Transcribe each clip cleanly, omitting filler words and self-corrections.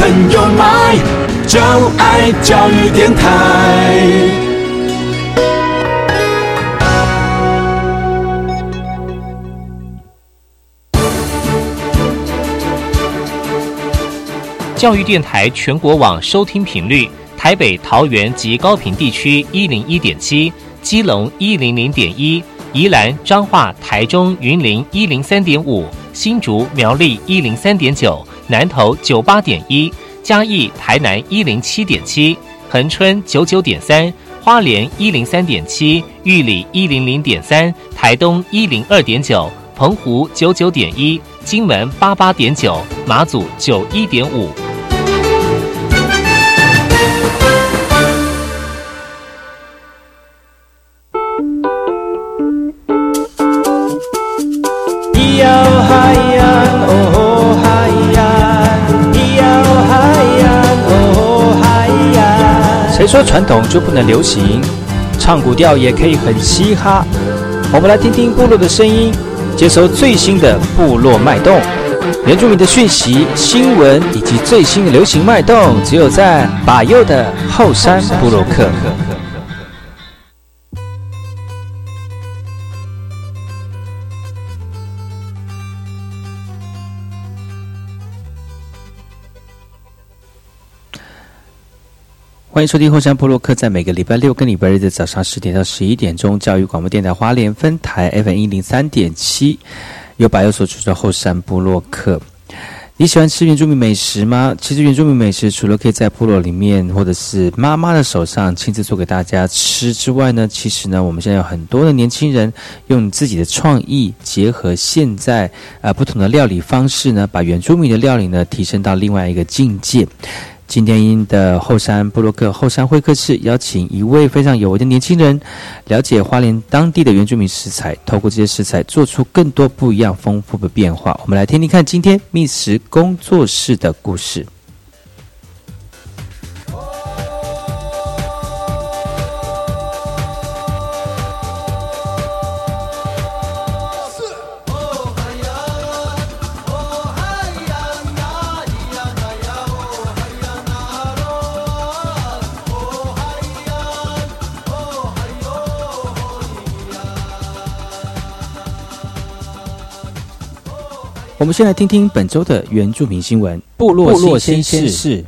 很有麦，就爱教育电台。 教育电台全国网收听频率：台北、桃园及高屏地区101.7，基隆100.1，宜兰、彰化、台中、云林103.5，新竹、苗栗103.9，南投98.1，嘉义、台南107.7，恒春99.3，花莲103.7，玉里100.3，台东102.9，澎湖99.1，金门88.9，马祖91.5。 谁说传统就不能流行？唱古调也可以很嘻哈。我们来听听部落的声音，接收最新的部落脉动、原住民的讯息、新闻以及最新的流行脉动，只有在把右的后山部落客。欢迎收听后山部落客，在每个礼拜六跟礼拜日的早上10点到11点钟，教育广播电台花莲分台 FM103.7，由把右所主的后山部落客。你喜欢吃原住民美食吗？其实原住民美食除了可以在部落里面或者是妈妈的手上亲自做给大家吃之外呢，其实呢，我们现在有很多的年轻人用自己的创意，结合现在不同的料理方式呢，把原住民的料理呢提升到另外一个境界。今天的后山部落客后山会客室邀请一位非常有为的年轻人，了解花莲当地的原住民食材，透过这些食材做出更多不一样丰富的变化。我们来听听看今天觅食工作室的故事。我们先来听听本周的原住民新闻，部落新鲜事。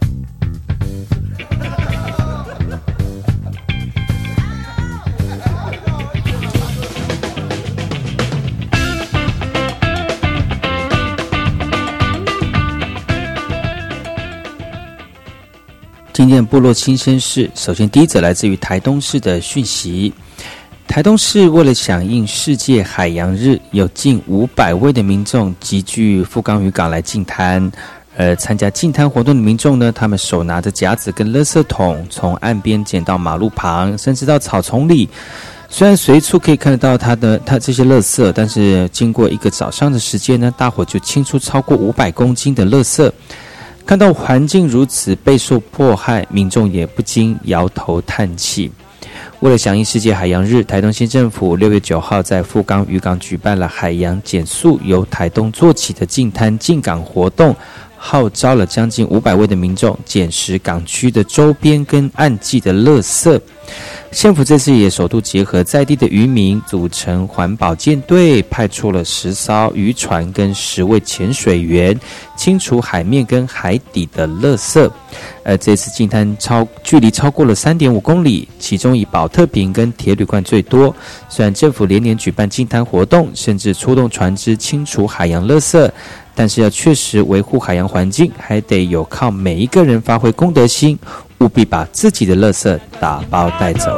今天的部落新鲜事，首先第一则来自于台东市的讯息。台东市为了响应世界海洋日，有近500位的民众集聚富冈渔港来净滩。参加净滩活动的民众呢，他们手拿着夹子跟垃圾桶，从岸边捡到马路旁，甚至到草丛里。虽然随处可以看得到他这些垃圾，但是经过一个早上的时间呢，大伙就清出超过500公斤的垃圾。看到环境如此备受迫害，民众也不禁摇头叹气。为了响应世界海洋日，台东县政府6月9号在富冈渔港举办了海洋减塑由台东做起的净滩净港活动，号召了将近500位的民众捡拾港区的周边跟岸际的垃圾。县府这次也首度结合在地的渔民，组成环保舰队，派出了10艘渔船跟10位潜水员，清除海面跟海底的垃圾。这次净滩距离超过了3.5公里，其中以保特瓶跟铁铝罐最多。虽然政府连年举办净滩活动，甚至出动船只清除海洋垃圾，但是要确实维护海洋环境，还得有靠每一个人发挥公德心，务必把自己的垃圾打包带走。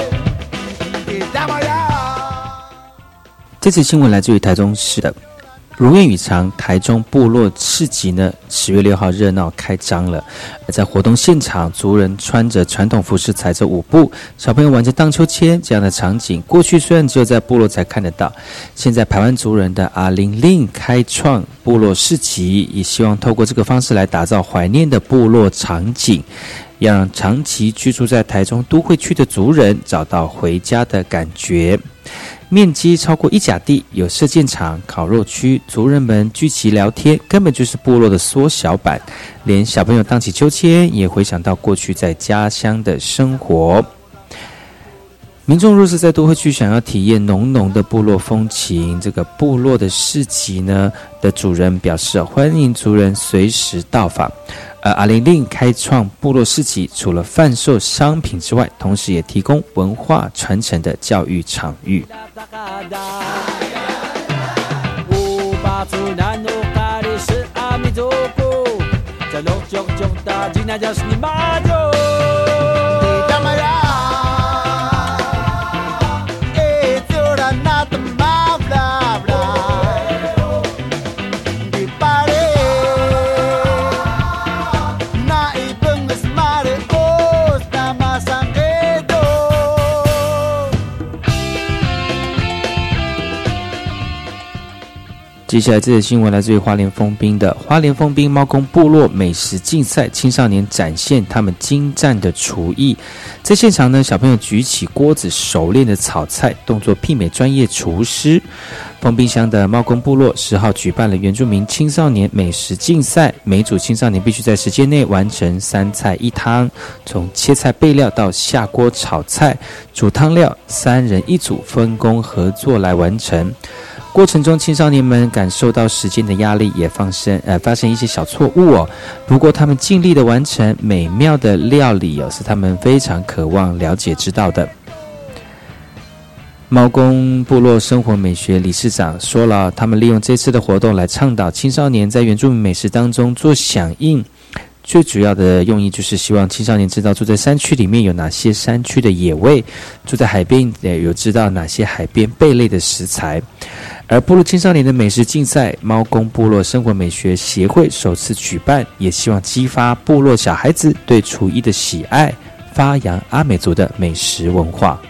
这次新闻来自于台中市的如愿以偿，台中部落市集呢，10月6号热闹开张了。而在活动现场，族人穿着传统服饰，踩着舞步，小朋友玩着荡秋千，这样的场景，过去虽然只有在部落才看得到，现在排湾族人的阿玲令开创部落市集，也希望透过这个方式来打造怀念的部落场景，要让长期居住在台中都会区的族人找到回家的感觉。面积超过1甲地，有射箭场、烤肉区，族人们聚集聊天，根本就是部落的缩小版。连小朋友荡起秋千，也回想到过去在家乡的生活。民众若是在都会区想要体验浓浓的部落风情，这个部落的市集呢的主人表示，欢迎族人随时到访。阿玲令开创部落市集，除了贩售商品之外，同时也提供文化传承的教育场域。接下来这则新闻来自于花莲丰滨的花莲丰滨猫公部落美食竞赛，青少年展现他们精湛的厨艺。在现场呢，小朋友举起锅子熟练的炒菜，动作媲美专业厨师。丰滨乡的猫公部落10号举办了原住民青少年美食竞赛，每组青少年必须在时间内完成3菜1汤，从切菜备料到下锅炒菜、煮汤料，3人1组分工合作来完成。过程中，青少年们感受到时间的压力，也发生一些小错误哦。不过，他们尽力的完成美妙的料理哦，是他们非常渴望了解知道的。猫公部落生活美学理事长说了，他们利用这次的活动来倡导青少年在原住民美食当中做响应。最主要的用意就是希望青少年知道住在山区里面有哪些山区的野味，住在海边也有知道哪些海边贝类的食材。而部落青少年的美食竞赛，猫公部落生活美学协会首次举办，也希望激发部落小孩子对厨艺的喜爱，发扬阿美族的美食文化。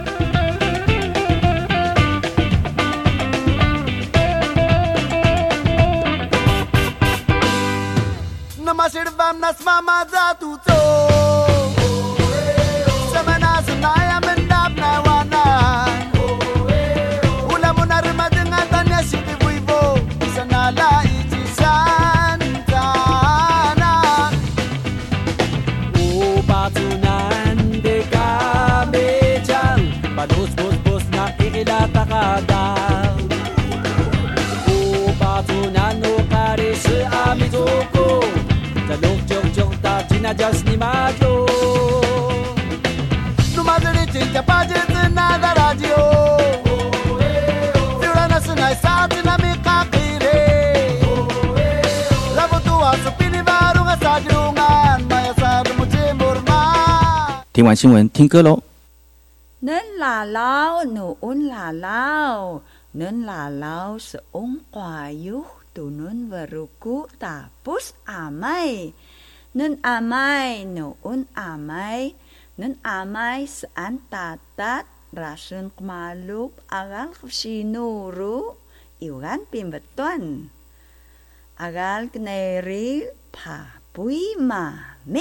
Just ni majo Numadri tinta pajet nada radio Fiurana sunai sati na mikakire Labotua supini varunga sajungan Maya sadu mujimurma 听完新闻，听歌喽。 Nên là lao nu un là lao Nên là lao seung kwayuh tu nun veruku tapus amai Nun amai nuun amai Nun amai saan tatat rasun kmalub agal sinuru iwan pimbetuan agal kneri papui mami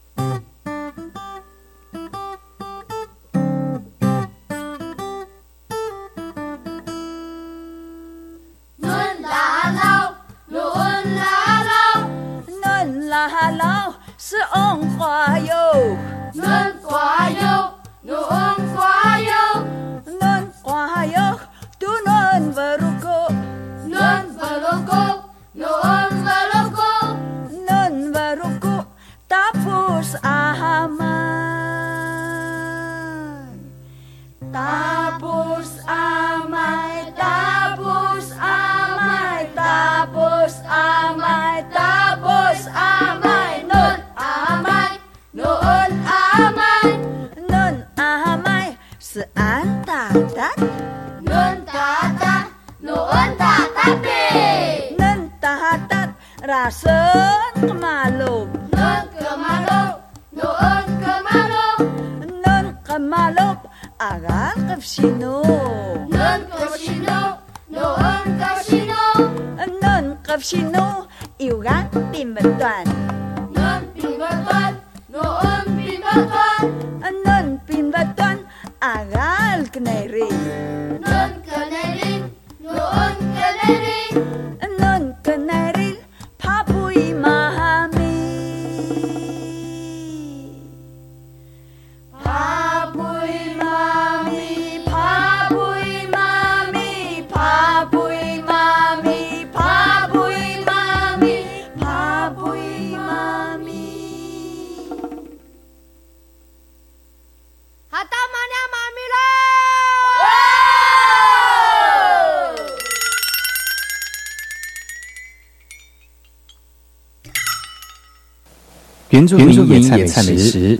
Halaw seong kwayo nun kwayo nuon kwayo nun kwayo tu nun veruko nun veruko nuon veruko nun veruko tapos amay tapos amay tapos amay tapos amay tapos amay Noon amay asen kemalop noon kemalop agan kapsino noon kapsino iugan pimbatuan noon pimbatuan agal kenairing noon kenairing papui mami Hatamanya mami lo. 原住民野菜美食。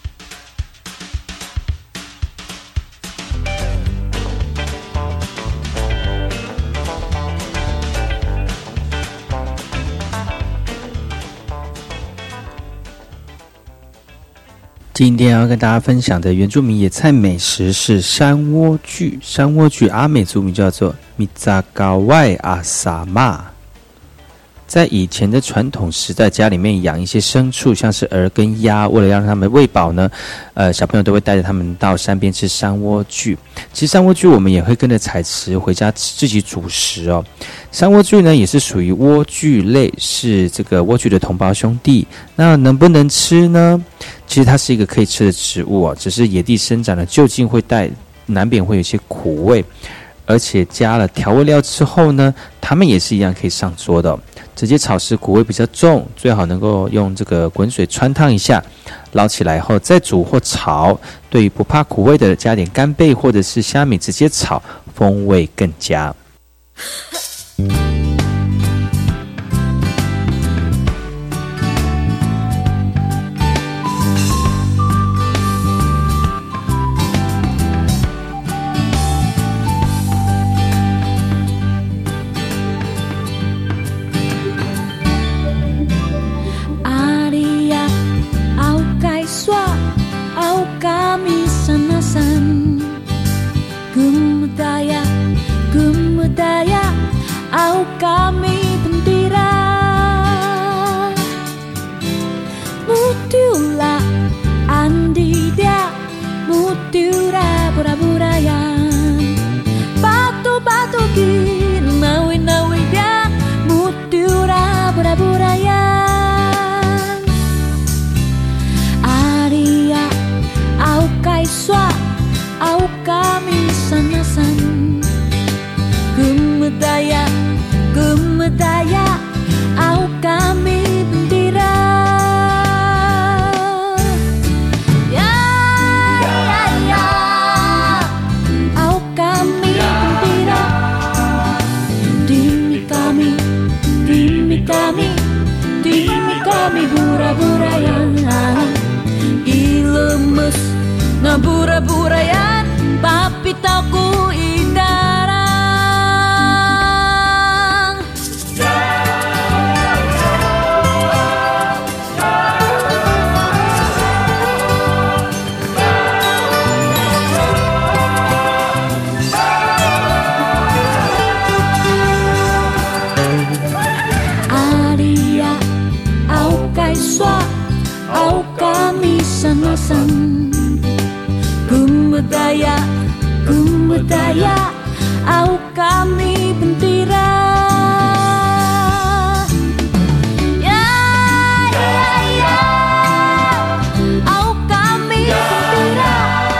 今天要跟大家分享的原住民野菜美食是山莴苣。山莴苣阿美族名叫做米扎高外阿萨玛。在以前的传统时代，家里面养一些牲畜，像是鹅跟鸭，为了让他们喂饱呢，小朋友都会带着他们到山边吃山莴苣。其实山莴苣我们也会跟着采食回家自己煮食哦。山莴苣呢也是属于莴苣类，是这个莴苣的同胞兄弟。那能不能吃呢？其实它是一个可以吃的植物哦，只是野地生长的，究竟会难免会有一些苦味，而且加了调味料之后呢，它们也是一样可以上桌的哦。直接炒时苦味比较重，最好能够用这个滚水汆烫一下，捞起来后再煮或炒。对于不怕苦味的，加点干贝或者是虾米直接炒，风味更佳。 Au kami gembira Mutiula andi dia Mutiura pura-purayan Batu-batu kin nawi-nawi dia Mutiura pura-purayan Aria au kaiswa Au kami sanasan Gemedaya au kami bendera ya au kami bendera dimi kami bura-burayan ilemes na bura-burayan papitaku idara au kami sanasan Gumedaya au kami bendera ya au kami bendera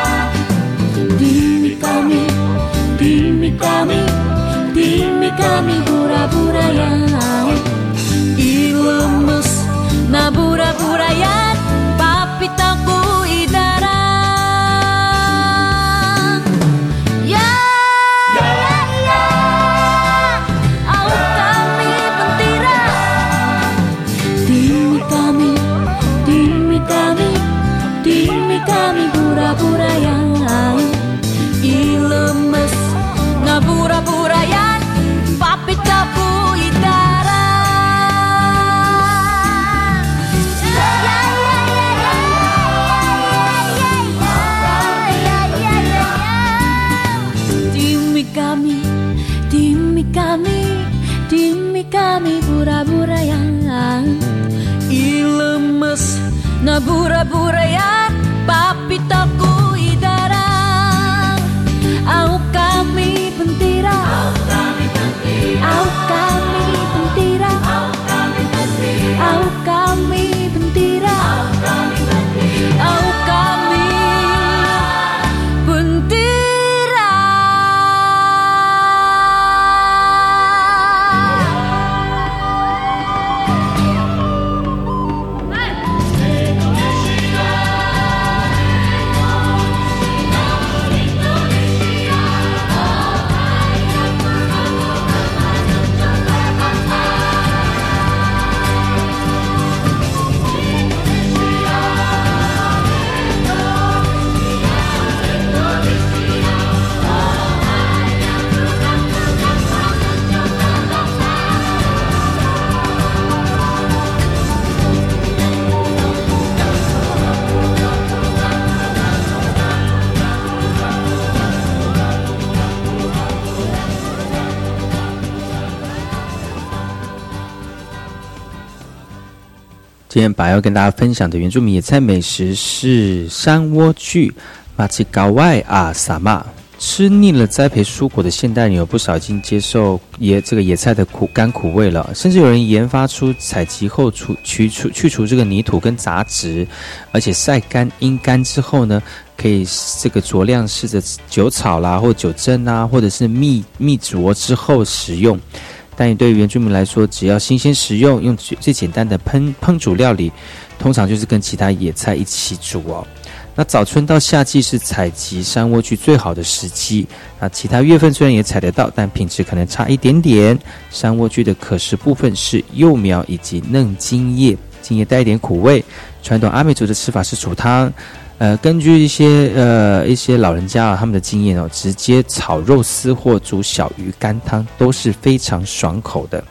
dimi kami pura-purayan ilemes na pura-purayan papitaku idara ya au kami bendera dimi kami pura-purayan ilemes na pura-purayan papitaku idara kami pura-purayaan Ilemes na pura-purayaan papitaku idarang Au kami pentira Au kami pentira Au kami pentira Au kami pentira 今天把要跟大家分享的原住民野菜美食是山莴苣马奇高外啊萨玛。吃腻了栽培蔬果的现代人，有不少已经接受这个野菜的甘苦味了，甚至有人研发出采集后去除这个泥土跟杂质，而且晒干阴干之后呢，可以这个酌量试着酒炒啦，或酒蒸啊，或者是蜜啄之后食用。但对于原住民来说，只要新鲜食用，用最简单的烹煮料理，通常就是跟其他野菜一起煮哦。那早春到夏季是采集山莴苣最好的时机，那其他月份虽然也采得到，但品质可能差一点点。山莴苣的可食部分是幼苗以及嫩茎叶，茎叶带一点苦味。传统阿美族的吃法是煮汤。根据一些老人家他们的经验直接炒肉丝或煮小鱼干汤都是非常爽口的。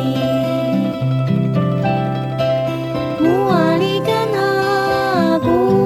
Mualikan aku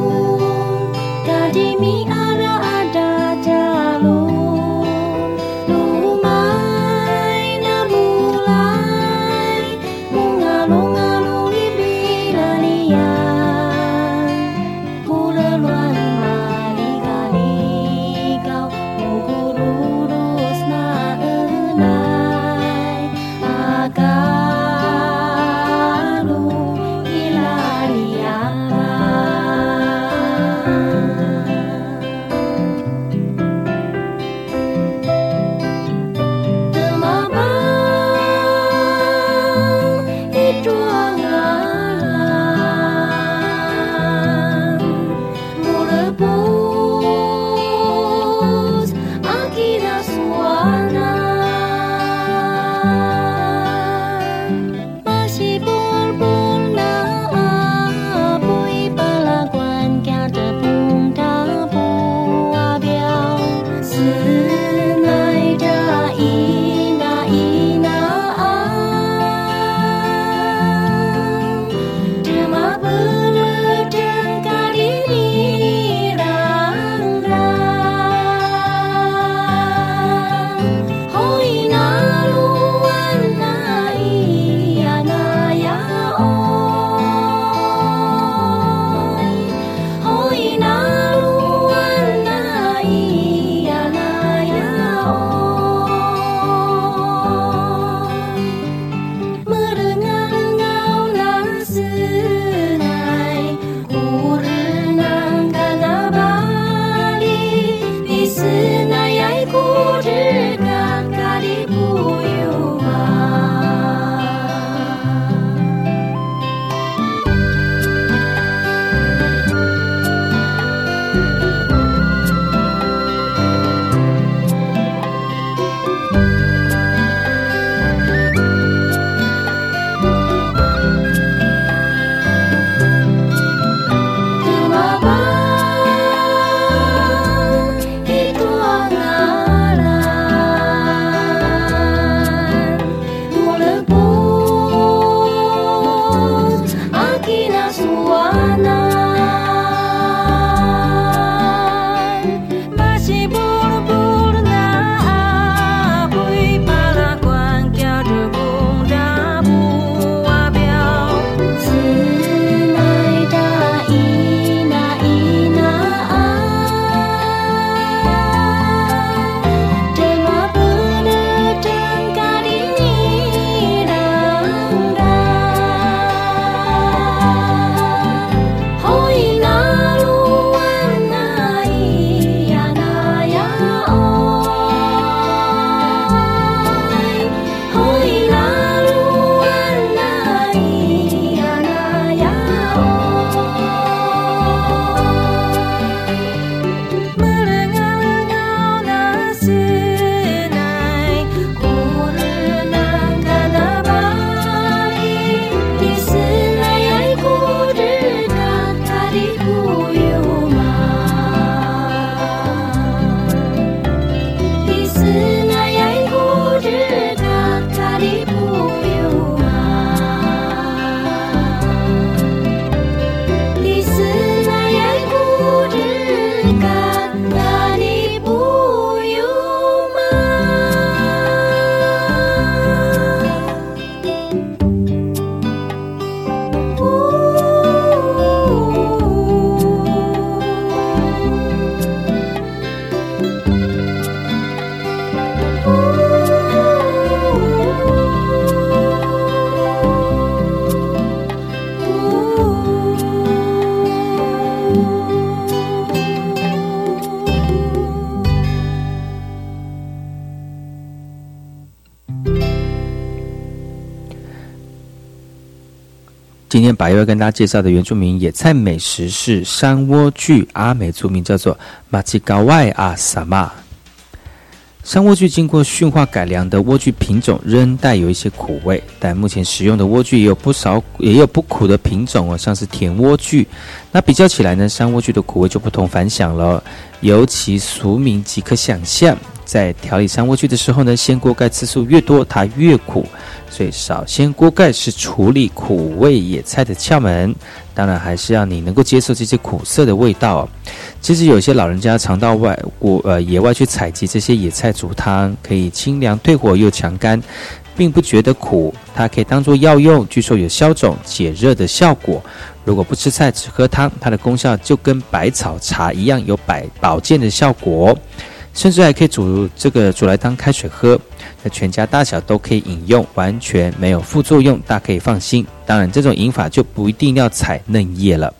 今天百佑要跟大家介绍的原住民野菜美食是山莴苣，阿美族名叫做马吉高外阿萨玛。山莴苣经过驯化改良的莴苣品种仍带有一些苦味，但目前使用的莴苣也有不苦的品种哦，像是甜莴苣。那比较起来呢，山莴苣的苦味就不同凡响了。由其俗名即可想象，在调理山莴苣的时候呢，掀锅盖次数越多，它越苦。所以少掀锅盖是处理苦味野菜的窍门，当然还是要你能够接受这些苦涩的味道哦。其实有些老人家常到野外去采集这些野菜煮汤，可以清凉退火又强肝，并不觉得苦，它可以当作药用，据说有消肿解热的效果。如果不吃菜只喝汤，它的功效就跟百草茶一样，有保健的效果，甚至还可以煮来当开水喝。那全家大小都可以饮用，完全没有副作用，大家可以放心。当然，这种饮法就不一定要采嫩叶了。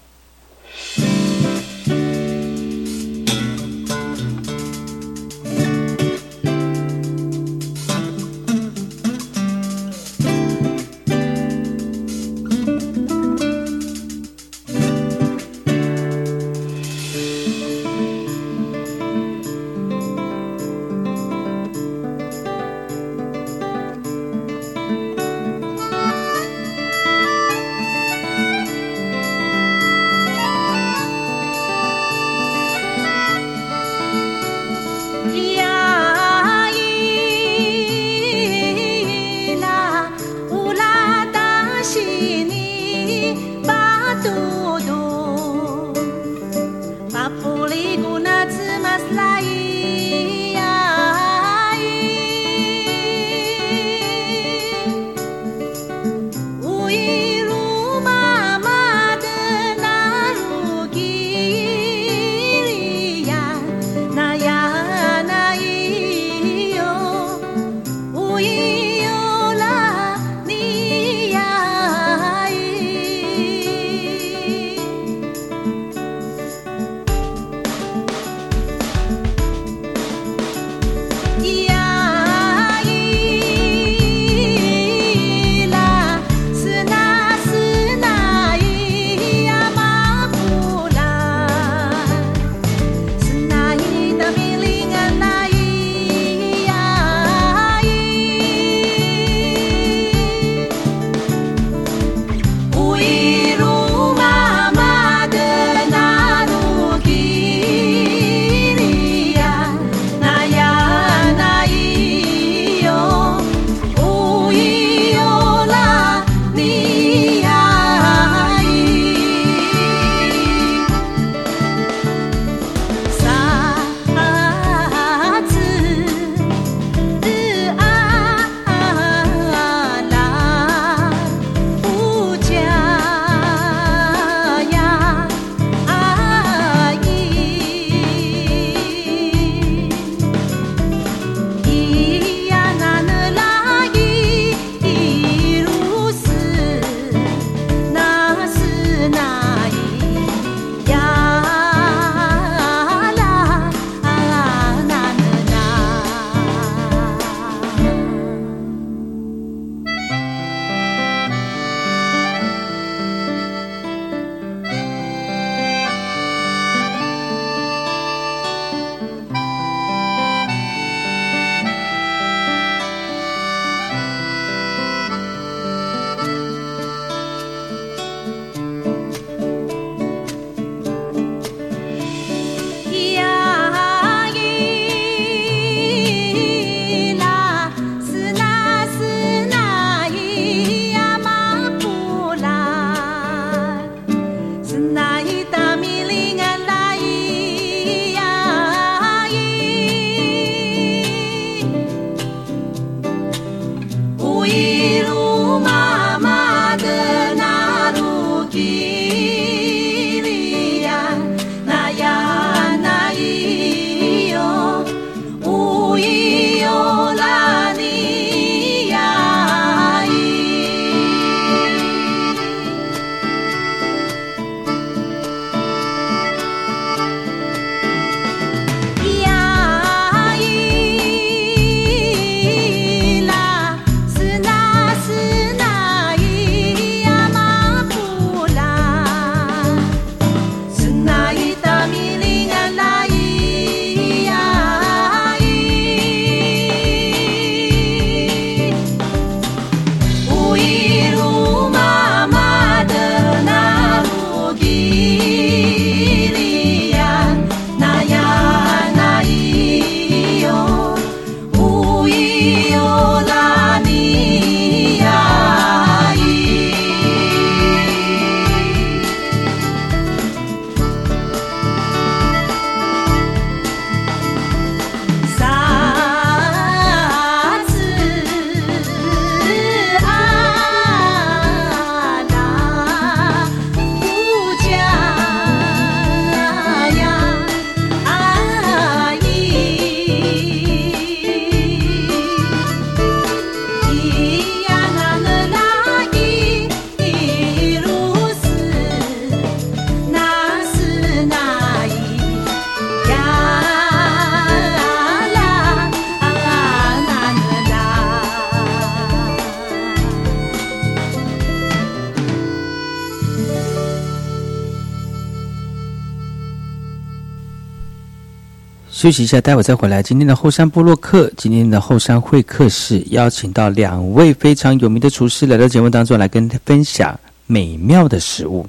休息一下，待会再回来。今天的后山部落客，今天的后山会客室邀请到2位非常有名的厨师来到节目当中，来跟分享美妙的食物。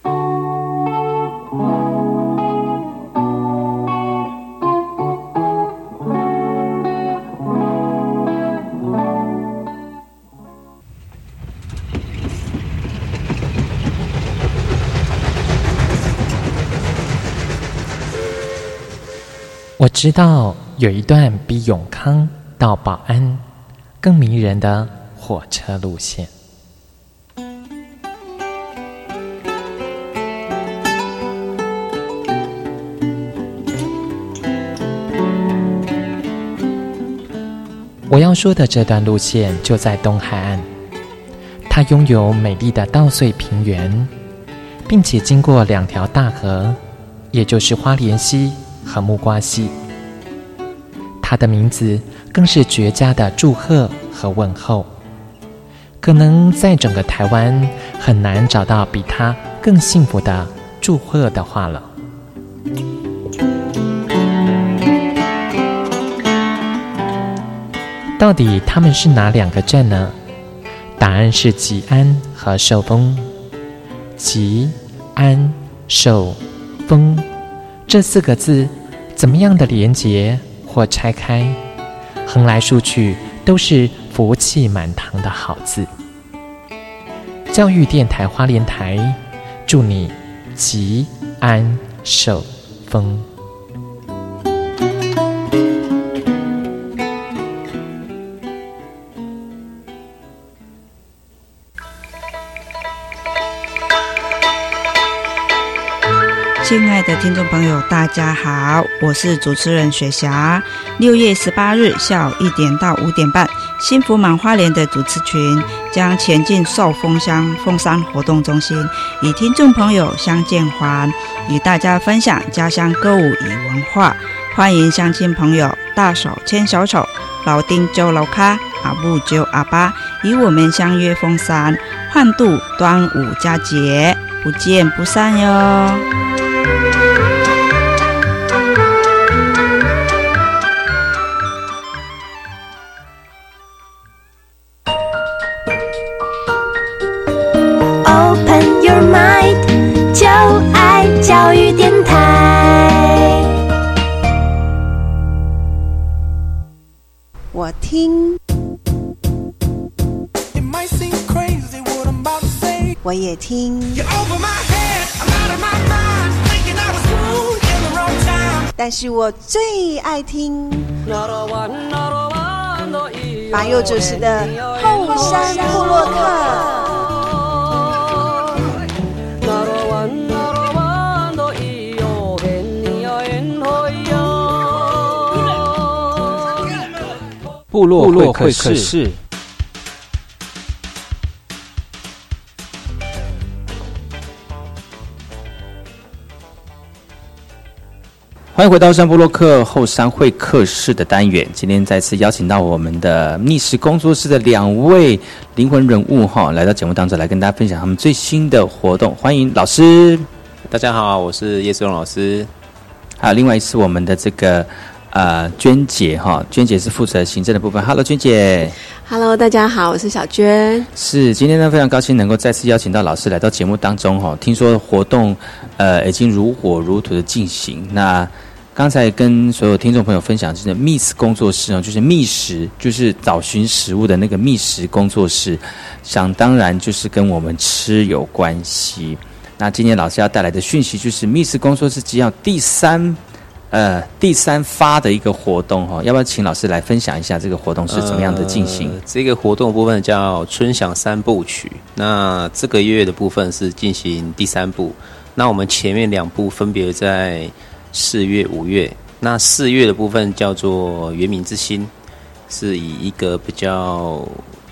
我知道有一段比永康到保安更迷人的火车路线。我要说的这段路线就在东海岸，它拥有美丽的稻穗平原，并且经过2条大河，也就是花莲溪和木瓜溪。它的名字更是绝佳的祝贺和问候，可能在整个台湾很难找到比它更幸福的祝贺的话了。到底他们是哪2个镇呢？答案是吉安和寿丰。吉安寿丰这4个字怎么样的连结或拆开，横来竖去都是福气满堂的好字。教育电台花莲台祝你吉安寿丰。 亲爱的听众朋友大家好，我是主持人雪霞。6月18日下午1点到5点半，幸福满花莲的主持群将前进寿丰乡凤山活动中心，与听众朋友相见欢，与大家分享家乡歌舞与文化。欢迎乡亲朋友大手牵小手，老丁揪老卡，阿布揪阿爸，与我们相约凤山，欢度端午佳节，不见不散哟。 Open your mind， 就爱教育电台。 我听，我也听，但是我最爱听马佑主持的后山部落客。 部落会客室。欢迎回到山部落客后山会客室的单元。今天再次邀请到我们的觅食工作室的2位灵魂人物来到节目当中来跟大家分享他们最新的活动。欢迎老师。 大家好，我是叶世荣老师。 还有另外是我们的这个娟姐娟姐是负责行政的部分。Hello， 娟姐。 Hello， 大家好，我是小娟。 是，今天呢非常高兴能够再次邀请到老师来到节目当中听说活动已经如火如荼的进行。那刚才跟所有听众朋友分享就是觅食工作室就是觅食，就是找寻食物的那个觅食工作室，想当然就是跟我们吃有关系。那今天老师要带来的讯息就是觅食工作室即将第三发的一个活动要不要请老师来分享一下这个活动是怎么样的进行？ 这个活动部分叫春享3部曲，那这个月的部分是进行第3部，那我们前面2部分别在4月、5月。那4月的部分叫做原民之心，是以一个比较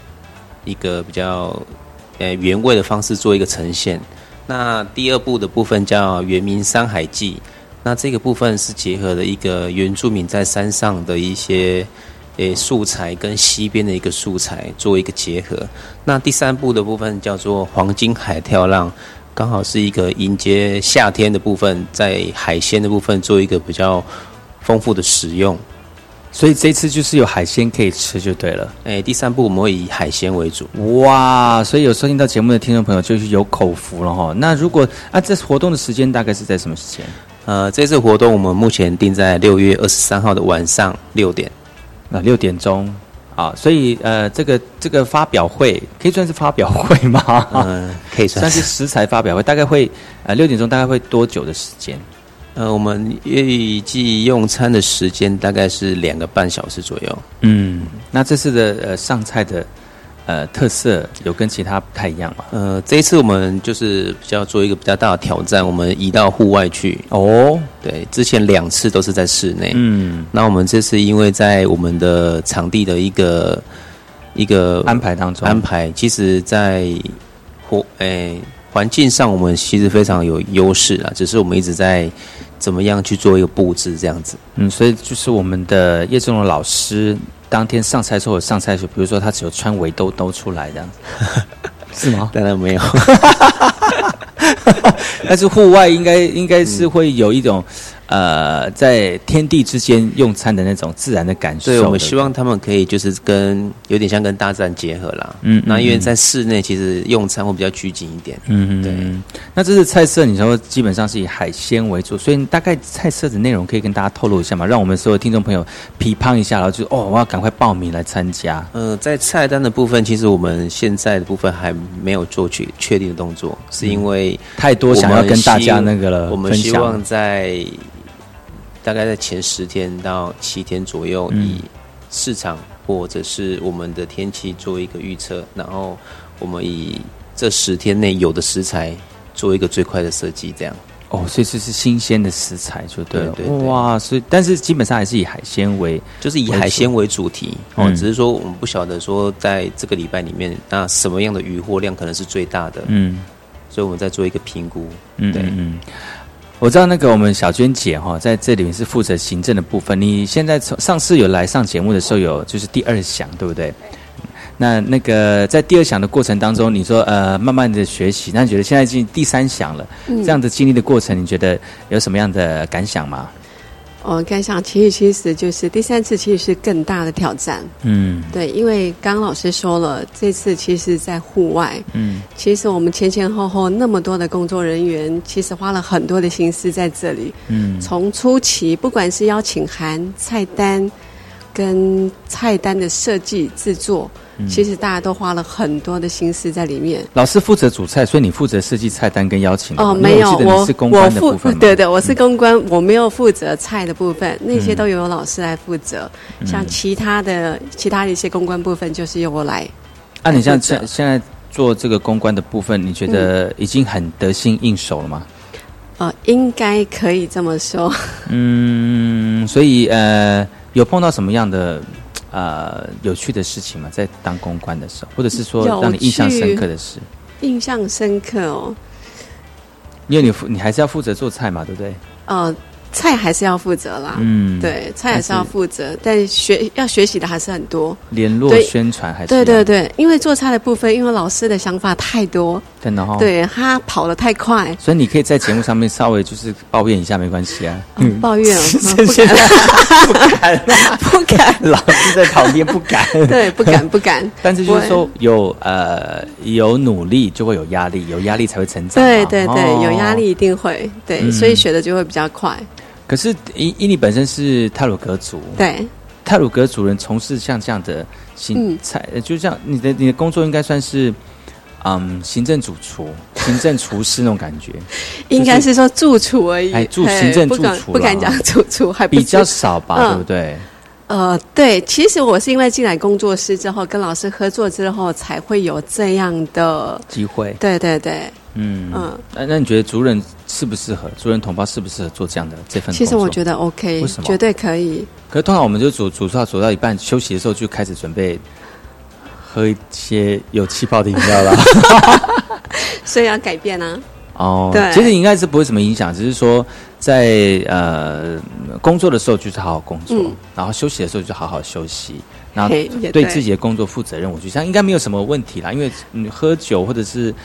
原味的方式做一个呈现。那第2部的部分叫原民山海记，那这个部分是结合了一个原住民在山上的一些素材跟溪边的一个素材做一个结合。那第3部的部分叫做黄金海跳浪，刚好是一个迎接夏天的部分，在海鲜的部分做一个比较丰富的食用。 所以这次就是有海鲜可以吃就对了。 第3步我们会以海鲜为主。 哇，所以有收听到节目的听众朋友就是有口福了哈。那如果这活动的时间大概是在什么时间？ 这次活动我们目前定在6月23号的晚上6点。 6点钟啊，所以这个发表会可以算是发表会吗？ 可以算是食材发表会，大概会6点钟大概会多久的时间？ 我们预计用餐的时间大概是2个半小时左右。 那这次的上菜的特色有跟其他不太一样吗？ 这一次我们就是比较做一个比较大的挑战，我们移到户外去。对，之前2次都是在室内。那我们这次因为在我们的场地的一个安排当中， 其实在环境上我们其实非常有优势啦，只是我们一直在怎么样去做一个布置这样子。 所以就是我们的叶正荣老师当天上菜的时候有上菜的时候，比如说他只有穿围兜兜出来这样子，是吗？ 当然没有。 但是户外应该是会有一种在天地之间用餐的那种自然的感受。 对，我们希望他们可以就是有点像跟大自然结合啦。那因为在室内其实用餐会比较拘谨一点。对。 那这次菜色你说基本上是以海鲜为主，所以大概菜色的内容可以跟大家透露一下嘛，让我们所有听众朋友批判一下，然后就我要赶快报名来参加。 在菜单的部分，其实我们现在的部分还没有做确定的动作，是因为太多想要跟大家那个了。 我们希望大概在前10天到7天左右，以市场或者是我们的天气做一个预测，然后我们以这10天内有的食材做一个最快的设计，这样。 所以这是新鲜的食材就对了。 对。 哇，所以但是基本上还是以海鲜就是以海鲜为主题。只是说我们不晓得说在这个礼拜里面，那什么样的渔获量可能是最大的。所以我们在做一个评估。对。 我知道我们小娟姐在这里面是负责行政的部分。你现在上次有来上节目的时候有就是第2响，对不对？那个在第2响的过程当中，你说慢慢的学习，那你觉得现在已经第3响了，这样的经历的过程，你觉得有什么样的感想吗？ 感想其实就是第3次其实是更大的挑战。对，因为刚刚老师说了，这次其实在户外。其实我们前后那么多的工作人员，其实花了很多的心思在这里。从初期不管是邀请函、菜单跟菜单的设计制作，其实大家都花了很多的心思在里面。 老师负责主菜，所以你负责设计菜单跟邀请。 没有， 我是公关的部分。 对，我是公关，我没有负责菜的部分，那些都由老师来负责。像其他的一些公关部分，就是由我来。 你像现在做这个公关的部分，你觉得已经很得心应手了吗？ 应该可以这么说。 所以有碰到什么样的有趣的事情吗？在当公关的时候，或者是说让你印象深刻的事？ 印象深刻哦， 因为你还是要负责做菜嘛，对不对？ 菜还是要负责啦。对，菜还是要负责，但要学习的还是很多。 联络宣传还是对，因为做菜的部分，因为老师的想法太多，真的对他跑得太快， 所以你可以在节目上面稍微就是抱怨一下，没关系啊。 抱怨不敢， 老师在旁边不敢， 对，不敢。 但是就是说有努力就会有压力，有压力才会成长。 对，有压力一定会对，所以学的就会比较快。 可是以你本身是太鲁阁族， 对， 太鲁阁族人从事像这样的就像你的工作应该算是行政主厨、行政厨师那种感觉， 应该是说助厨而已， 行政助厨， 不敢讲主厨，还比较少吧，对不对？ 对，其实我是因为进来工作室之后，跟老师合作之后，才会有这样的机会。 对， 那你觉得族人适不适合？族人同胞适不适合做这样的这份工作？ 其实我觉得 OK， 为什么？ 绝对可以。 可是通常我们就煮到一半，休息的时候就开始准备喝一些有气泡的饮料啦。 所以要改变啊。 对，其实应该是不会什么影响，只是说在工作的时候就是好好工作，然后休息的时候就好好休息，然后对自己的工作负责任。我觉得应该没有什么问题啦，因为你喝酒或者是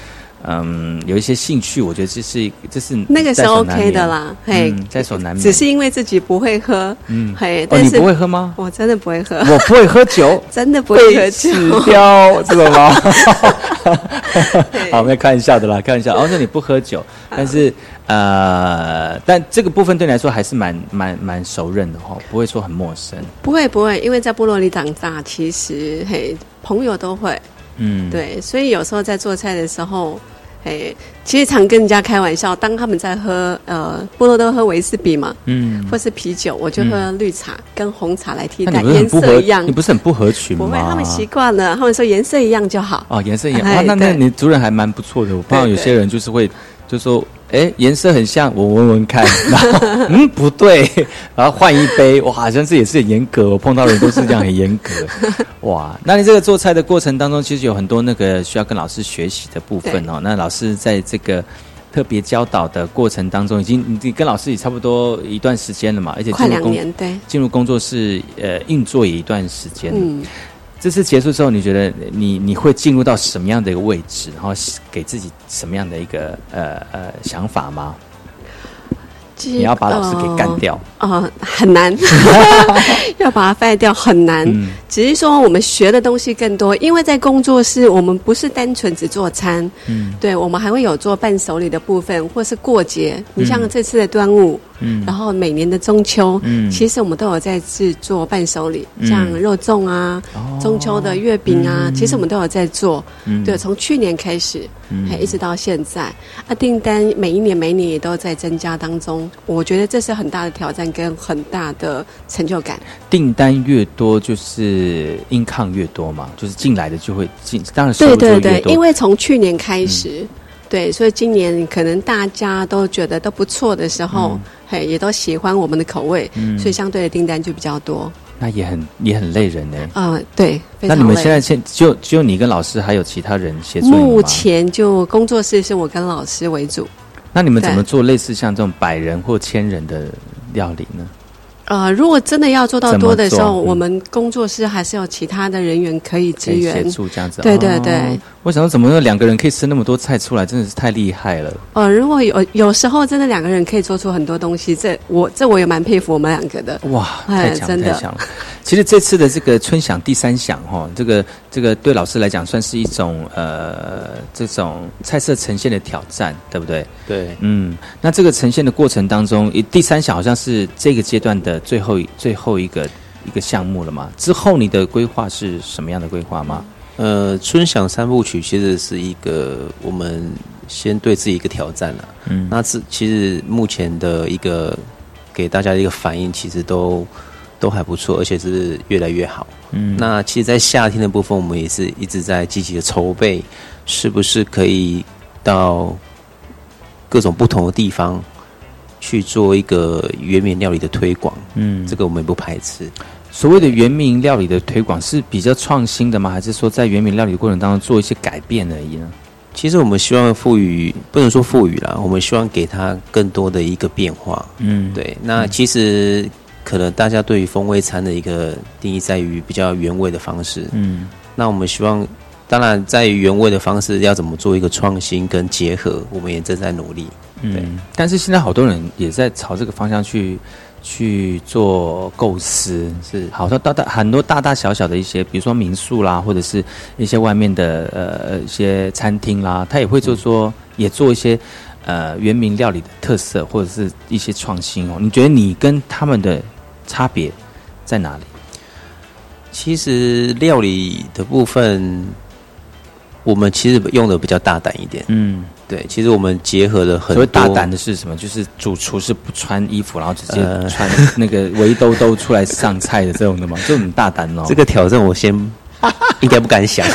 有一些兴趣，我觉得这是那个是 OK 的啦，嘿， 在所难免。 只是因为自己不会喝，嘿， 但是你不会喝吗？ 我真的不会喝， 我不会喝酒， 真的不会喝酒， 死掉这个吗？好，没有开玩笑的啦，开玩笑。那你不喝酒，但是但这个部分对你来说还是蛮熟认的哈，不会说很陌生。 不会，因为在部落里长大，其实朋友都会，对，所以有时候在做菜的时候。其实常跟人家开玩笑，当他们在喝部落都喝维士比嘛，或是啤酒，我就喝绿茶跟红茶来替代，颜色一样。 你不是很不合群吗？ 不会，他们习惯了，他们说颜色一样就好。 颜色一样，那你族人还蛮不错的。我碰到有些人就是会就说，颜色很像，我闻闻看，然后不对，然后换一杯，哇，好像这也是很严格。我碰到的人都是这样很严格，哇。那你这个做菜的过程当中，其实有很多那个需要跟老师学习的部分哦。那老师在这个特别教导的过程当中，你跟老师也差不多一段时间了嘛，而且快2年，对， 进入工作室运作也一段时间了。这次结束之后，你觉得你会进入到什么样的一个位置，然后给自己什么样的一个想法吗？你要把老师给干掉？ 很难，要把它废掉很难。只是说我们学的东西更多，因为在工作室我们不是单纯只做餐，对，我们还会有做伴手礼的部分，或是过节。你像这次的端午，然后每年的中秋，其实我们都有在制作伴手礼，像肉粽啊，中秋的月饼啊，其实我们都有在做。对，从去年开始，一直到现在，订单每一年也都在增加当中。我觉得这是很大的挑战跟很大的成就感。 订单越多，就是income越多嘛，就是进来的就会当然收入就越多。 对，因为从去年开始。对，所以今年可能大家都觉得都不错的时候，也都喜欢我们的口味，所以相对的订单就比较多。 那也很累人呢。 对，非常累。 那你们现在只有你跟老师，还有其他人协助你吗？ 目前就工作室是我跟老师为主。 那你们怎么做类似像这种100人或1000人的料理呢？ 如果真的要做到多的时候，我们工作室还是有其他的人员可以支援协助这样子。 对。 我想说，怎么有2个人可以吃那么多菜出来，真的是太厉害了。 如果有时候真的2个人可以做出很多东西，这我也蛮佩服我们2个的。 哇，太强了！其实这次的这个春享第3享这个对老师来讲算是一种这种菜色呈现的挑战，对不对？ 对， 那这个呈现的过程当中，第3享好像是这个阶段的最后一个项目了嘛？之后你的规划是什么样的规划吗？ 春享3部曲其实是一个我们先对自己一个挑战了。那其实目前的一个给大家的一个反应，其实都还不错，而且是越来越好。那其实，在夏天的部分，我们也是一直在积极的筹备，是不是可以到各种不同的地方去做一个原民料理的推广？这个我们也不排斥。 所谓的原民料理的推广是比较创新的吗？还是说在原民料理的过程当中做一些改变而已呢？ 其实我们希望不能说赋予啦，我们希望给它更多的一个变化。对。那其实可能大家对于风味餐的一个定义在于比较原味的方式。那我们希望，当然在于原味的方式要怎么做一个创新跟结合，我们也正在努力。对。 但是现在好多人也在朝这个方向去做构思，是好多很多大大小小的一些，比如说民宿啦，或者是一些外面的一些餐厅啦，他也会也做一些原民料理的特色或者是一些创新哦。你觉得你跟他们的差别在哪里？ 其实料理的部分，我们其实用的比较大胆一点。对，其实我们结合了很多。所谓大胆的是什么？就是主厨是不穿衣服，然后直接穿那个围兜兜出来上菜的这种的吗？就很大胆哦。 这个挑战我先应该不敢想。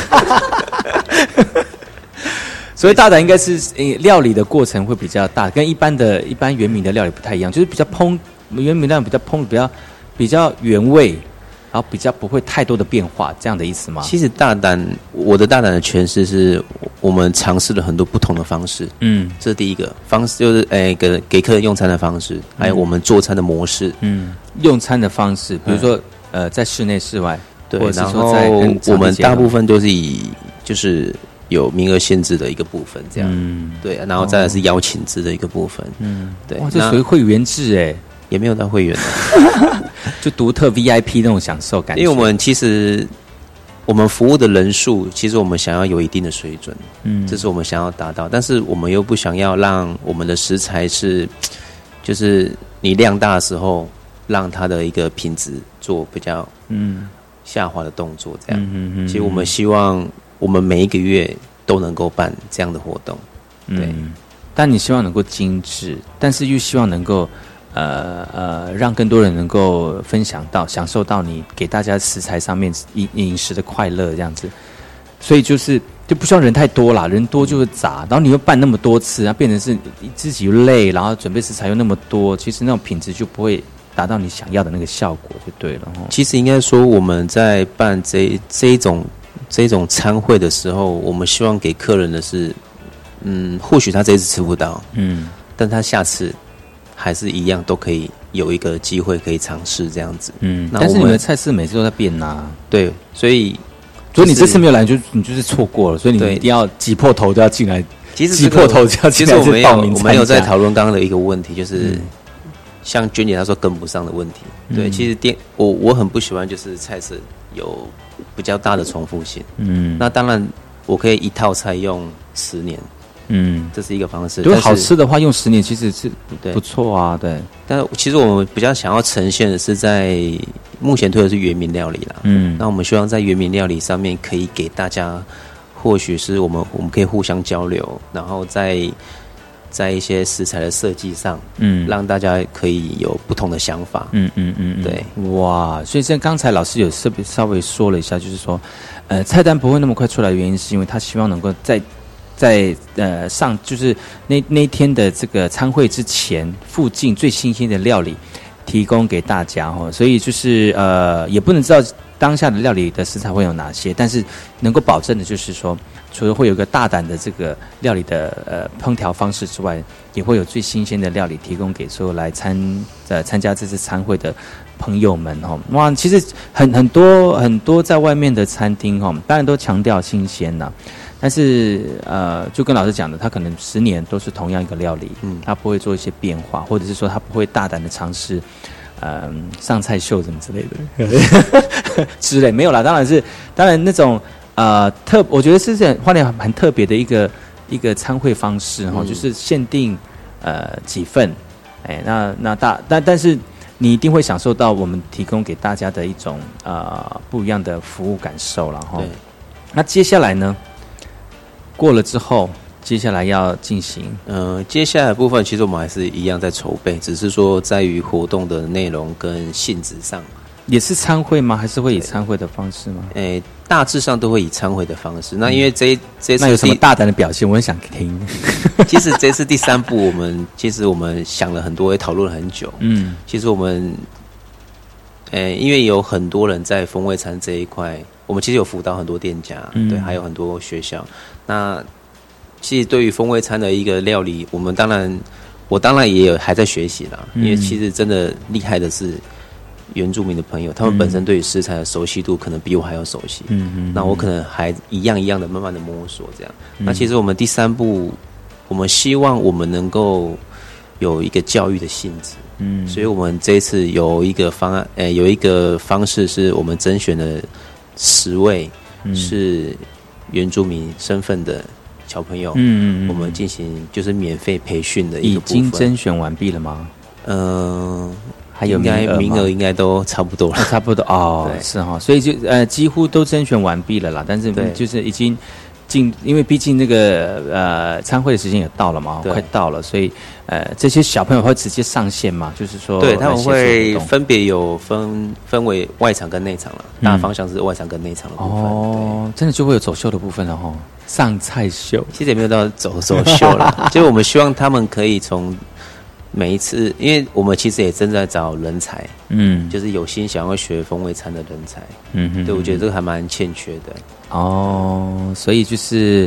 所以大胆应该是料理的过程会比较大，跟一般原民的料理不太一样，就是比较原民料理比较原味。然后比较不会太多的变化，这样的意思吗？ 其实我的大胆的诠释是我们尝试了很多不同的方式。这是第一个方式，就是给客人用餐的方式，还有我们做餐的模式。 用餐的方式，比如说在室内、室外， 对，然后我们大部分都是以就是有名额限制的一个部分，这样，对，然后再来是邀请制的一个部分，对， 哇，这属于会员制哎， 也没有到会员的， 就独特 VIP 那种享受感觉。 因为我们其实我们服务的人数，其实我们想要有一定的水准，这是我们想要达到，但是我们又不想要让我们的食材是，就是你量大的时候，让它的一个品质做比较下滑的动作，这样。其实我们希望我们每一个月都能够办这样的活动，对。 但你希望能够精致，但是又希望能够让更多人能够分享到、享受到你给大家食材上面饮食的快乐，这样子。所以就不需要人太多啦，人多就会杂，然后你又办那么多次，然后变成是自己又累，然后准备食材又那么多，其实那种品质就不会达到你想要的那个效果，就对了。 其实应该说我们在办这一种餐会的时候，我们希望给客人的是，或许他这一次吃不到，但他下次还是一样都可以有一个机会可以尝试这样子。 但是你们的菜式每次都在变啊， 对，所以你这次没有来，你就是错过了，所以你一定要挤破头都要进来。 其实挤破头就要进来去报名参加。 我们有在讨论刚刚的一个问题，就是像娟姐她说跟不上的问题。对，其实我很不喜欢就是菜色有比较大的重复性。那当然我可以一套菜用10年。这是一个方式。 如果好吃的话，用10年其实是不错啊。对， 但其实我们比较想要呈现的是在目前推的是原民料理啦。那我们希望在原民料理上面可以给大家，或许是我们可以互相交流，然后在一些食材的设计上，让大家可以有不同的想法。对， 哇，所以像刚才老师有稍微说了一下，就是说，菜单不会那么快出来的原因，是因为他希望能够在上就是那天的这个餐会之前，附近最新鲜的料理提供给大家哦，所以就是也不能知道当下的料理的食材会有哪些，但是能够保证的就是说，除了会有一个大胆的这个料理的烹调方式之外，也会有最新鲜的料理提供给所有来参加这次餐会的朋友们哦。哇，其实很多在外面的餐厅哦，当然都强调新鲜呐。但是就跟老师讲的，他可能10年都是同样一个料理，他不会做一些变化，或者是说他不会大胆的尝试，上菜秀什么之类的之类没有啦。当然那种我觉得是花莲很特别的一个餐会方式哈，就是限定几份，但是你一定会享受到我们提供给大家的一种不一样的服务感受了哈。那接下来呢？过了之后，接下来要进行接下来的部分，其实我们还是一样在筹备，只是说在于活动的内容跟性质上， 也是餐会吗？还是会以餐会的方式吗？ 大致上都会以餐会的方式。那因为这次那有什么大胆的表现？我很想听。 其实这次第3部，我们想了很多，也讨论了很久。其实我们因为有很多人在风味餐这一块，我们其实有辅导很多店家，对，还有很多学校。那其实对于风味餐的一个料理，我当然也有还在学习啦。因为其实真的厉害的是原住民的朋友，他们本身对于食材的熟悉度可能比我还要熟悉。那我可能还一样的慢慢的摸索这样。那其实我们第3部，我们希望我们能够有一个教育的性质。所以我们这一次有一个方案，有一个方式是我们甄选了10位是原住民身份的小朋友，我们进行就是免费培训的一个部分。 已经甄选完毕了吗？还有名额应该都差不多了， 差不多哦，是哈，所以就几乎都甄选完毕了啦，但是就是已经因为毕竟那个餐会的时间也到了嘛，快到了，所以这些小朋友会直接上线嘛，就是说， 对，他们会分别有分为外场跟内场了，大方向是外场跟内场的部分。 哦，真的就会有走秀的部分了哈，上菜秀， 其实也没有到走秀了，就我们希望他们可以从每一次，因为我们其实也正在找人才，就是有心想要学风味餐的人才，对，我觉得这个还蛮欠缺的。 哦，所以就是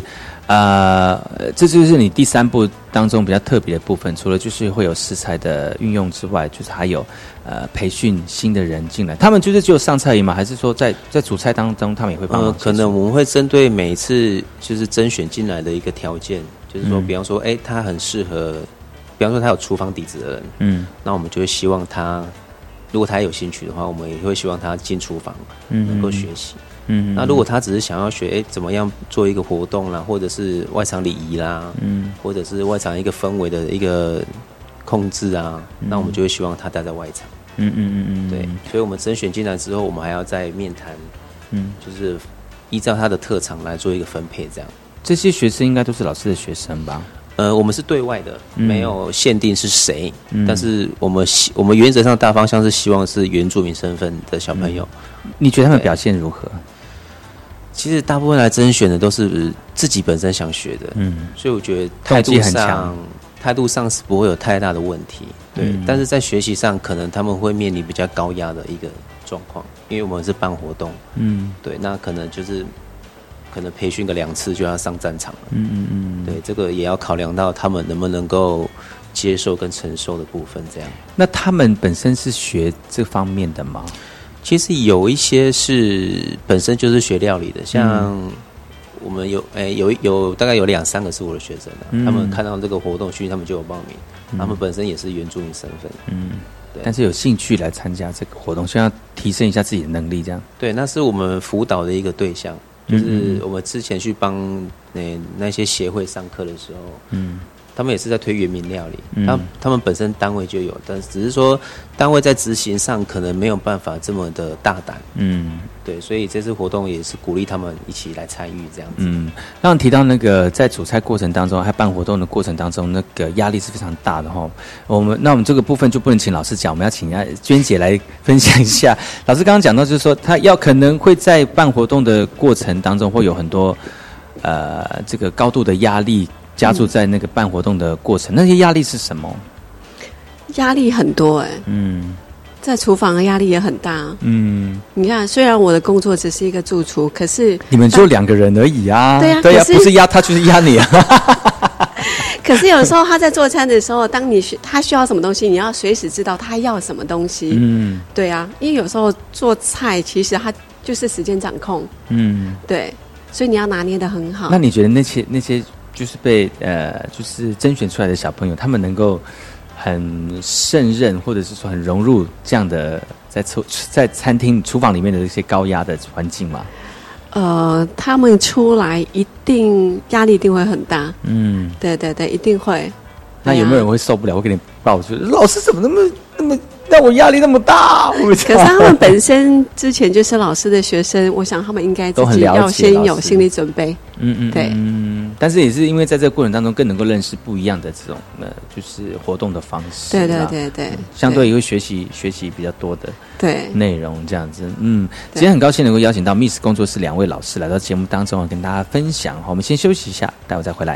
这就是你第3步当中比较特别的部分，除了就是会有食材的运用之外，就是还有培训新的人进来，他们就是只有上菜而已吗？还是说在主菜当中他们也会帮忙？ 可能我们会针对每一次就是甄选进来的一个条件，就是说，比方说，他很适合，比方说他有厨房底子的人，那我们就会希望他，如果他有兴趣的话，我们也会希望他进厨房，能够学习。那如果他只是想要学怎么样做一个活动啦，或者是外场礼仪啦，或者是外场一个氛围的一个控制啊，那我们就会希望他待在外场。对，所以我们甄选进来之后，我们还要再面谈，就是依照他的特长来做一个分配，这样。 这些学生应该都是老师的学生吧？ 我们是对外的，没有限定是谁，但是我们原则上大方向是希望是原住民身份的小朋友。 你觉得他们表现如何？ 其实大部分来甄选的都是自己本身想学的，所以我觉得态度上是不会有太大的问题，对。但是在学习上，可能他们会面临比较高压的一个状况，因为我们是办活动，对，那可能培训个2次就要上战场了，对，这个也要考量到他们能不能够接受跟承受的部分，这样。 那他们本身是学这方面的吗？ 其实有一些是本身就是学料理的，像我们有大概有2-3个是我的学生他们看到这个活动区，他们就有报名，他们本身也是原住民身份，对， 但是有兴趣来参加这个活动，想要提升一下自己的能力，这样。对， 那是我们辅导的一个对象，就是我们之前去帮那些协会上课的时候，他们也是在推原民料理，他们本身单位就有，但只是说单位在执行上可能没有办法这么的大胆，对，所以这次活动也是鼓励他们一起来参与这样子。 刚刚提到那个在煮菜过程当中，还办活动的过程当中，那个压力是非常大的哈。我们这个部分就不能请老师讲，我们要请娟姐来分享一下。老师刚刚讲到，就是说他可能会在办活动的过程当中会有很多这个高度的压力。加注在那个办活动的过程，那些压力是什么？ 压力很多在厨房的压力也很大。你看，虽然我的工作只是一个主厨，可是你们就2个人而已啊。 对啊， 不是压他就是压你啊。 可是有时候他在做餐的时候，当他需要什么东西，你要随时知道他要什么东西。对啊，因为有时候做菜其实他就是时间掌控。对，所以你要拿捏得很好。 那你觉得那些就是被就是甄选出来的小朋友，他们能够很胜任，或者是说很融入这样的在餐厅厨房里面的这些高压的环境吗？ 他们出来一定压力一定会很大。对对对，一定会。 那有没有人会受不了？会给你爆出老师怎么那么让我压力那么大？ 可是他们本身之前就是老师的学生，我想他们应该自己要先有心理准备。对。 但是也是因为在这个过程当中，更能够认识不一样的这种就是活动的方式。 对对对对， 相对也会学习比较多的内容这样子。今天很高兴能够邀请到 Miss 工作室2位老师来到节目当中，跟大家分享。我们先休息一下，待会再回来。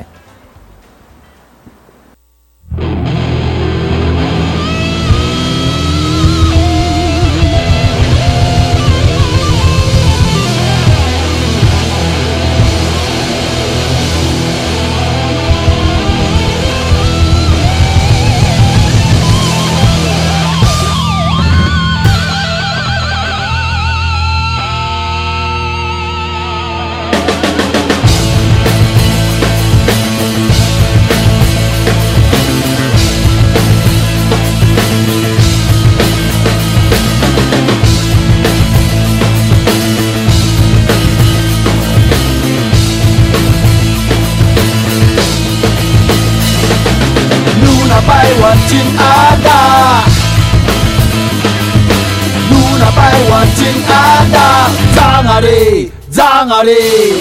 真阿达，你若摆我真阿达，张啊你，张啊你，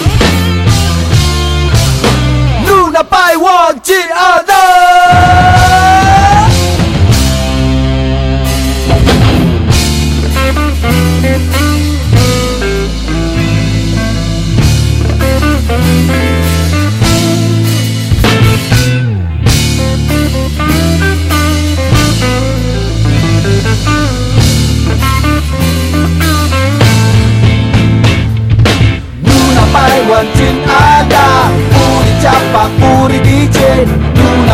你若摆我真阿达。摆完真阿达，有你才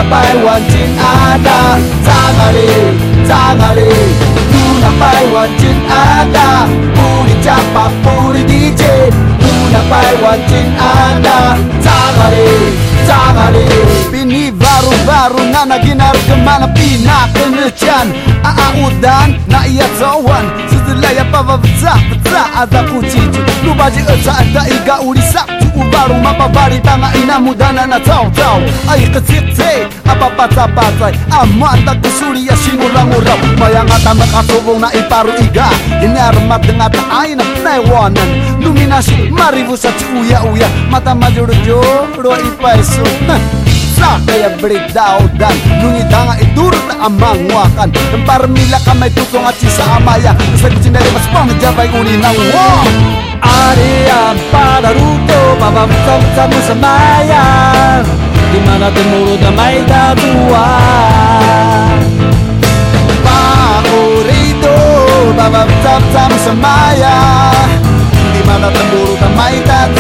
百万金阿达，扎阿里，努那百万金阿达，不离家吧，不离地界，努那百万金阿达，扎阿里，bini baru-baru na naginargaman pinakanadyan Aaudan na iyatawan Sudulaya pababza ada kuciju Lubaji ada iga ulisak Ubaru mapabari tanga inamudana na tau-tau Ay kasikse apapatapatay Amanta kusuri ya sinurang-uraw Mayangata makasubong na iparu iga Inarmat ng ataay na naiwanan Luminasi maribu sa uya-uya Mata majuro-juro ipaiso Sa kaya breakdown Nungidanga iduro na amangwakan Ang parmila kamay tutong at sa amaya Sa kusinari mas pangjabay uninang wow Arian para ruto Babamsam mo sa maya Di mana tumuro na may datuan Paborito Babamsam mo sa maya Di mana tumuro na may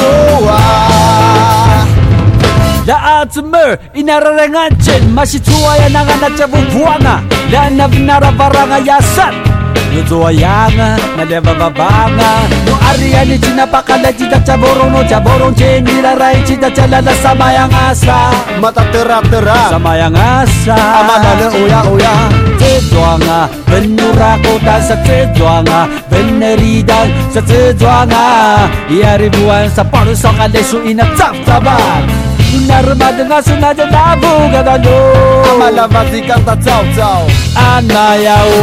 datuan Laatmer inararangan chen Masituaya na nga natsabubuanga Lana vinarabaranga yasat Nutuayanga nalebababanga No ariani chinapakala chita chaborong No chaborong chen niraray chita chalala samayang asa Mata tera-tera samayang asa Amanala uya-uya Tedwanga benurako dan sa tedwanga Beneridan sa tedwanga Iaribuan sa parusok alesu inatap-taban Narmada nga sunada labo gadano Amalabati kang tatsaw-tsaw Anmayao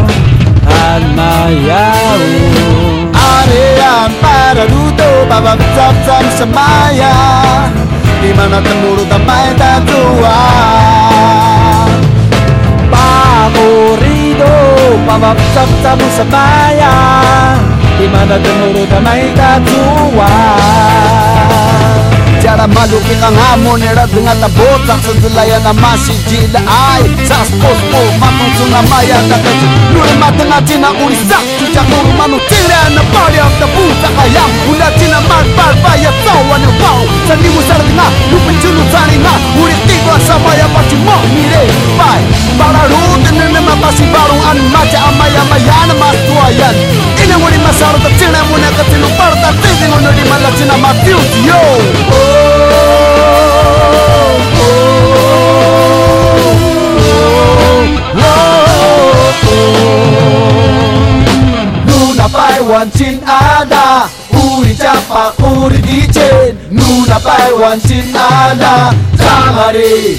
Arean para luto Babamsam-sam sa maya Di mana temuro tamay tatua Paborito Babamsam-sam sa maya Di mana temuro tamay tatua Jara maluki kang hamon Era dengan tabotak Sendelayan na masijila ay Sas pospo Matungsung na maya Nakaji Nuri matanga Cina urisak Cucak nuru manu Tira na bali Ang tabuta kayang Ula Cina marbar Baya tawan yang bau Sandi musar nga Lupin culu tani nga Uri tiga sama ya Pasti mau mire Pai Para rutin Nene mapasi barung An maja amaya Maya na mas tuayan Ina muri masaru Tak Cina muna Katilu parta Tizi ngono di mala Cina matiu Yo Nuna Paiwan Chin ada Uri Japa Uri Dijen Nuna Paiwan Chin ada Zamari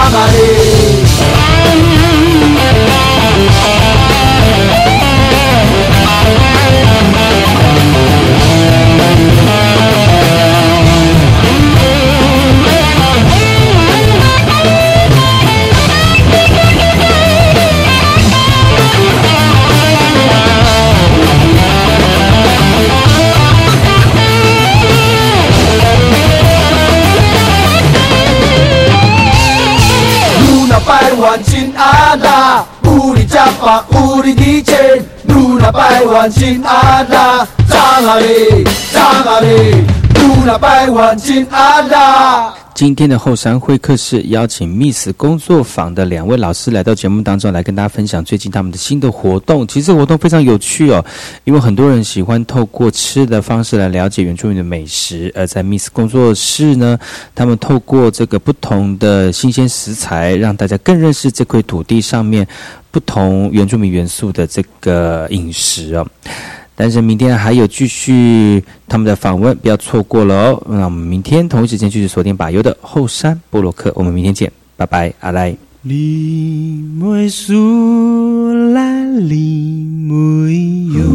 Paiwan Chin ada Uri Japa Uri Dijen Nuna Paiwan Chin ada Zangari Nuna Paiwan Chin ada 今天的后山会客室邀请 Miss 工作坊的2位老师来到节目当中来跟大家分享最近他们的新的活动。其实活动非常有趣哦，因为很多人喜欢透过吃的方式来了解原住民的美食，而在 Miss 工作室呢，他们透过这个不同的新鲜食材，让大家更认识这块土地上面不同原住民元素的这个饮食哦。但是明天还有继续他们的访问，不要错过了哦。那我们明天同一时间继续锁定把油的后山部落客，我们明天见，拜拜，阿来。 你没苏拉你没有，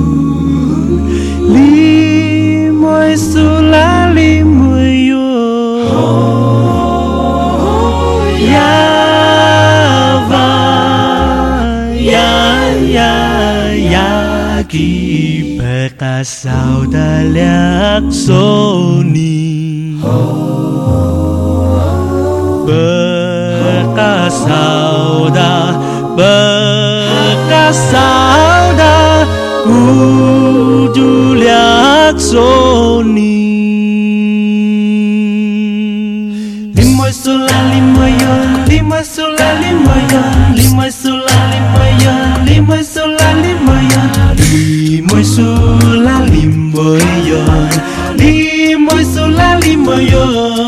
你没苏拉你没有，呀吧呀吉。Kasau dalyak soni Bekasau da Ujulyak soni Limoy sula limoyon, limoy sula limoyon, limoy sula limoyon, limoy sula limoyon, limoy sula limoyon, limoy sula limoyon.